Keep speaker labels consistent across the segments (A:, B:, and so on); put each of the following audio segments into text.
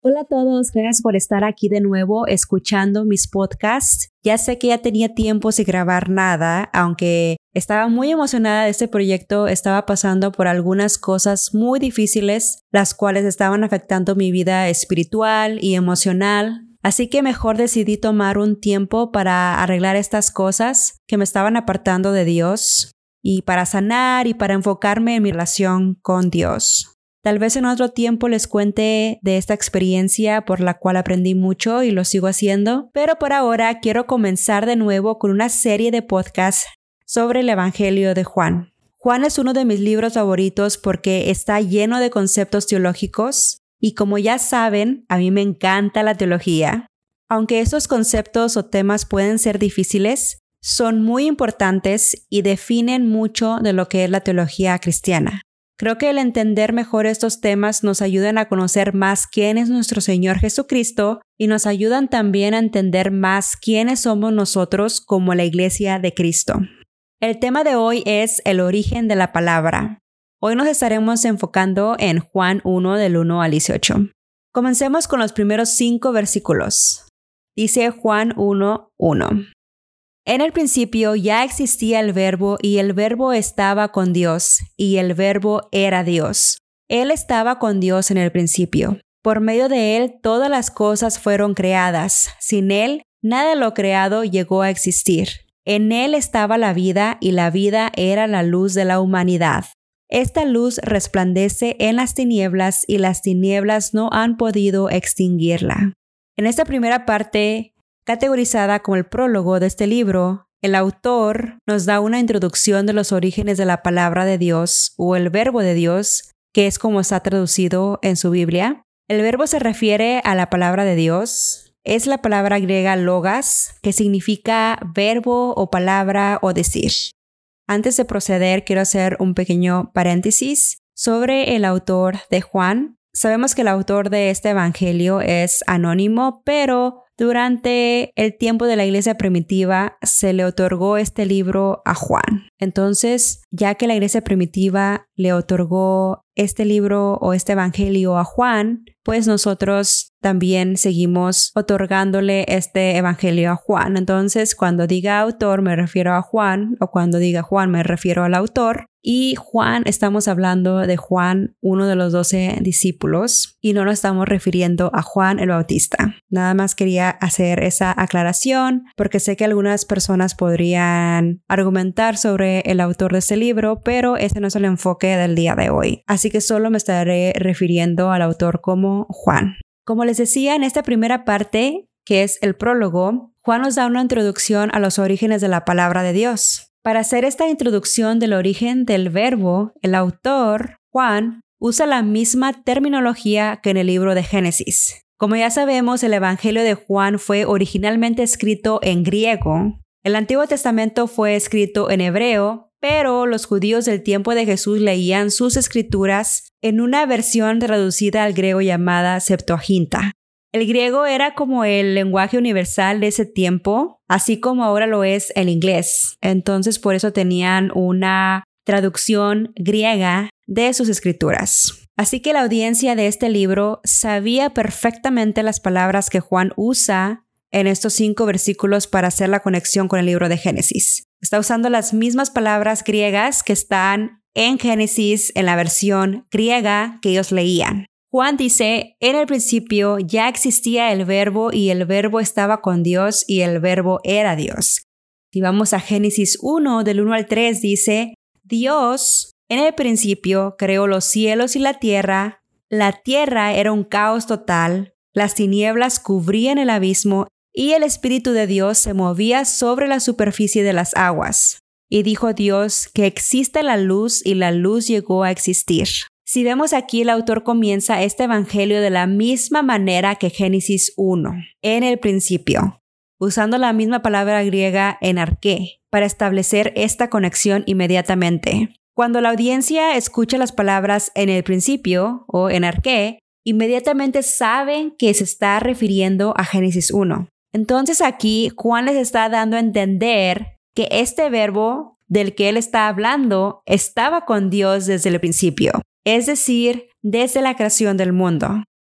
A: Hola a todos, gracias por estar aquí de nuevo escuchando mis podcasts. Ya sé que ya tenía tiempo sin grabar nada, aunque estaba muy emocionada de este proyecto, estaba pasando por algunas cosas muy difíciles, las cuales estaban afectando mi vida espiritual y emocional. Así que mejor decidí tomar un tiempo para arreglar estas cosas que me estaban apartando de Dios y para sanar y para enfocarme en mi relación con Dios. Tal vez en otro tiempo les cuente de esta experiencia por la cual aprendí mucho y lo sigo haciendo, pero por ahora quiero comenzar de nuevo con una serie de podcasts sobre el Evangelio de Juan. Juan es uno de mis libros favoritos porque está lleno de conceptos teológicos y como ya saben, a mí me encanta la teología. Aunque esos conceptos o temas pueden ser difíciles, son muy importantes y definen mucho de lo que es la teología cristiana. Creo que el entender mejor estos temas nos ayudan a conocer más quién es nuestro Señor Jesucristo y nos ayudan también a entender más quiénes somos nosotros como la Iglesia de Cristo. El tema de hoy es el origen de la palabra. Hoy nos estaremos enfocando en Juan 1 del 1 al 18. Comencemos con los primeros 5 versículos. Dice Juan 1:1. En el principio ya existía el Verbo y el Verbo estaba con Dios y el Verbo era Dios. Él estaba con Dios en el principio. Por medio de Él todas las cosas fueron creadas. Sin Él, nada de lo creado llegó a existir. En Él estaba la vida y la vida era la luz de la humanidad. Esta luz resplandece en las tinieblas y las tinieblas no han podido extinguirla. En esta primera parte, categorizada como el prólogo de este libro, el autor nos da una introducción de los orígenes de la palabra de Dios o el verbo de Dios, que es como está traducido en su Biblia. El verbo se refiere a la palabra de Dios. Es la palabra griega logos, que significa verbo o palabra o decir. Antes de proceder, quiero hacer un pequeño paréntesis sobre el autor de Juan. Sabemos que el autor de este evangelio es anónimo, pero durante el tiempo de la iglesia primitiva se le otorgó este libro a Juan. Entonces, ya que la iglesia primitiva le otorgó este libro o este evangelio a Juan, pues nosotros también seguimos otorgándole este evangelio a Juan. Entonces, cuando diga autor me refiero a Juan, o cuando diga Juan me refiero al autor. Y Juan, estamos hablando de Juan, uno de los 12 discípulos, y no nos estamos refiriendo a Juan el Bautista. Nada más quería hacer esa aclaración porque sé que algunas personas podrían argumentar sobre el autor de este libro, pero ese no es el enfoque del día de hoy. Así que solo me estaré refiriendo al autor como Juan. Como les decía, en esta primera parte, que es el prólogo, Juan nos da una introducción a los orígenes de la palabra de Dios. Para hacer esta introducción del origen del verbo, el autor, Juan, usa la misma terminología que en el libro de Génesis. Como ya sabemos, el Evangelio de Juan fue originalmente escrito en griego. El Antiguo Testamento fue escrito en hebreo, pero los judíos del tiempo de Jesús leían sus escrituras en una versión traducida al griego llamada Septuaginta. El griego era como el lenguaje universal de ese tiempo, así como ahora lo es el inglés. Entonces, por eso tenían una traducción griega de sus escrituras. Así que la audiencia de este libro sabía perfectamente las palabras que Juan usa en estos 5 versículos para hacer la conexión con el libro de Génesis. Está usando las mismas palabras griegas que están en Génesis en la versión griega que ellos leían. Juan dice, en el principio ya existía el verbo y el verbo estaba con Dios y el verbo era Dios. Si vamos a Génesis 1, del 1 al 3, dice, Dios en el principio creó los cielos y la tierra era un caos total, las tinieblas cubrían el abismo y el Espíritu de Dios se movía sobre la superficie de las aguas. Y dijo Dios que exista la luz y la luz llegó a existir. Si vemos aquí, el autor comienza este evangelio de la misma manera que Génesis 1, en el principio, usando la misma palabra griega enarqué para establecer esta conexión inmediatamente. Cuando la audiencia escucha las palabras en el principio o enarqué, inmediatamente saben que se está refiriendo a Génesis 1. Entonces aquí Juan les está dando a entender que este verbo del que él está hablando estaba con Dios desde el principio. Es decir, desde la creación del mundo.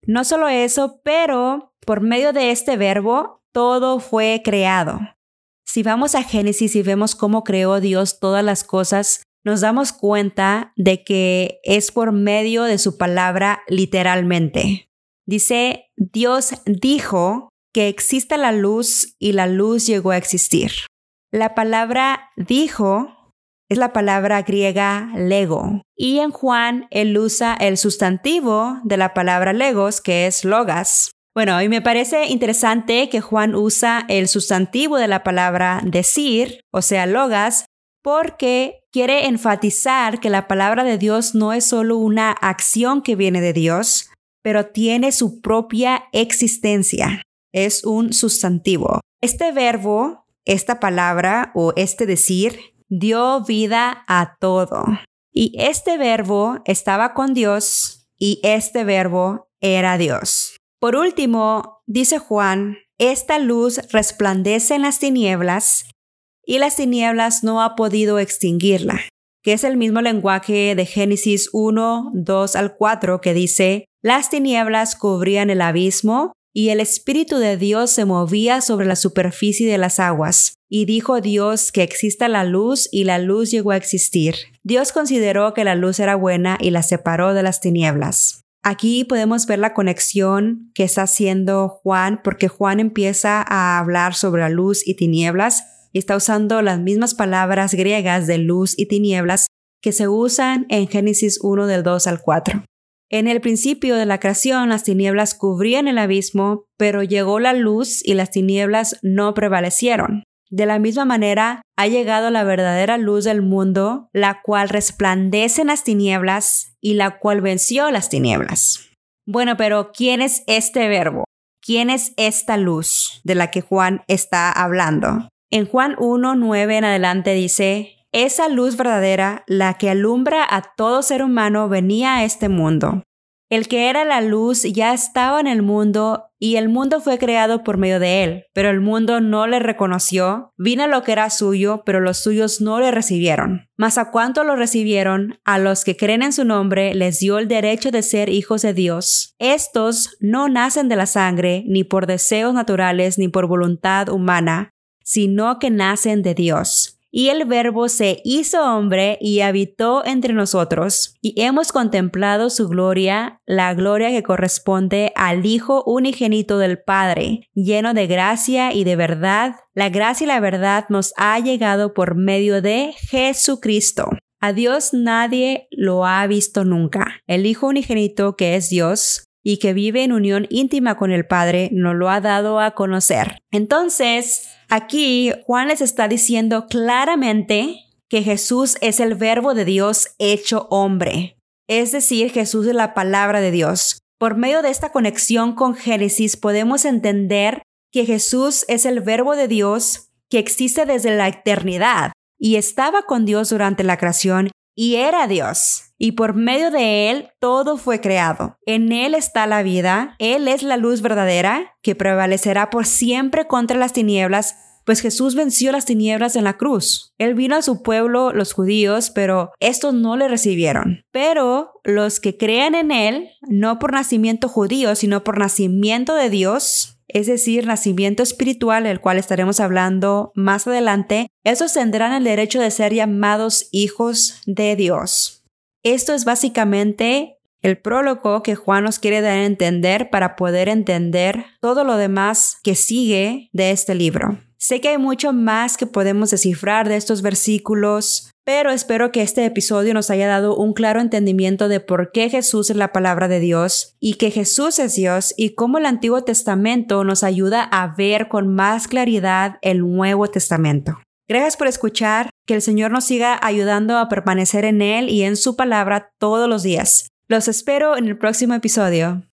A: No solo eso, pero por medio de este verbo, todo fue creado. Si vamos a Génesis y vemos cómo creó Dios todas las cosas, nos damos cuenta de que es por medio de su palabra literalmente. Dice, Dios dijo que exista la luz y la luz llegó a existir. La palabra dijo es la palabra griega lego. Y en Juan, él usa el sustantivo de la palabra legos, que es logas. Bueno, y me parece interesante que Juan usa el sustantivo de la palabra decir, o sea, logas, porque quiere enfatizar que la palabra de Dios no es solo una acción que viene de Dios, pero tiene su propia existencia. Es un sustantivo. Este verbo, esta palabra o este decir, dio vida a todo. Y este verbo estaba con Dios y este verbo era Dios. Por último, dice Juan, esta luz resplandece en las tinieblas y las tinieblas no ha podido extinguirla, que es el mismo lenguaje de Génesis 1, 2 al 4 que dice, las tinieblas cubrían el abismo y el Espíritu de Dios se movía sobre la superficie de las aguas. Y dijo Dios que exista la luz y la luz llegó a existir. Dios consideró que la luz era buena y la separó de las tinieblas. Aquí podemos ver la conexión que está haciendo Juan, porque Juan empieza a hablar sobre la luz y tinieblas y está usando las mismas palabras griegas de luz y tinieblas que se usan en Génesis 1 del 2 al 4. En el principio de la creación, las tinieblas cubrían el abismo, pero llegó la luz y las tinieblas no prevalecieron. De la misma manera, ha llegado la verdadera luz del mundo, la cual resplandece en las tinieblas y la cual venció las tinieblas. Bueno, pero ¿quién es este verbo? ¿Quién es esta luz de la que Juan está hablando? En Juan 1, 9 en adelante dice, esa luz verdadera, la que alumbra a todo ser humano, venía a este mundo. El que era la luz ya estaba en el mundo y el mundo fue creado por medio de él, pero el mundo no le reconoció. Vino lo que era suyo, pero los suyos no le recibieron. Mas a cuanto lo recibieron, a los que creen en su nombre, les dio el derecho de ser hijos de Dios. Estos no nacen de la sangre, ni por deseos naturales, ni por voluntad humana, sino que nacen de Dios. Y el Verbo se hizo hombre y habitó entre nosotros, y hemos contemplado su gloria, la gloria que corresponde al Hijo unigénito del Padre, lleno de gracia y de verdad. La gracia y la verdad nos ha llegado por medio de Jesucristo. A Dios nadie lo ha visto nunca. El Hijo unigénito, que es Dios, y que vive en unión íntima con el Padre, nos lo ha dado a conocer. Entonces, aquí Juan les está diciendo claramente que Jesús es el Verbo de Dios hecho hombre. Es decir, Jesús es la palabra de Dios. Por medio de esta conexión con Génesis podemos entender que Jesús es el Verbo de Dios que existe desde la eternidad y estaba con Dios durante la creación y era Dios. Y por medio de Él todo fue creado. En Él está la vida. Él es la luz verdadera que prevalecerá por siempre contra las tinieblas, pues Jesús venció las tinieblas en la cruz. Él vino a su pueblo, los judíos, pero estos no le recibieron. Pero los que crean en Él, no por nacimiento judío, sino por nacimiento de Dios, es decir, nacimiento espiritual, del cual estaremos hablando más adelante, esos tendrán el derecho de ser llamados hijos de Dios. Esto es básicamente el prólogo que Juan nos quiere dar a entender para poder entender todo lo demás que sigue de este libro. Sé que hay mucho más que podemos descifrar de estos versículos, pero espero que este episodio nos haya dado un claro entendimiento de por qué Jesús es la palabra de Dios y que Jesús es Dios y cómo el Antiguo Testamento nos ayuda a ver con más claridad el Nuevo Testamento. Gracias por escuchar, que el Señor nos siga ayudando a permanecer en Él y en su palabra todos los días. Los espero en el próximo episodio.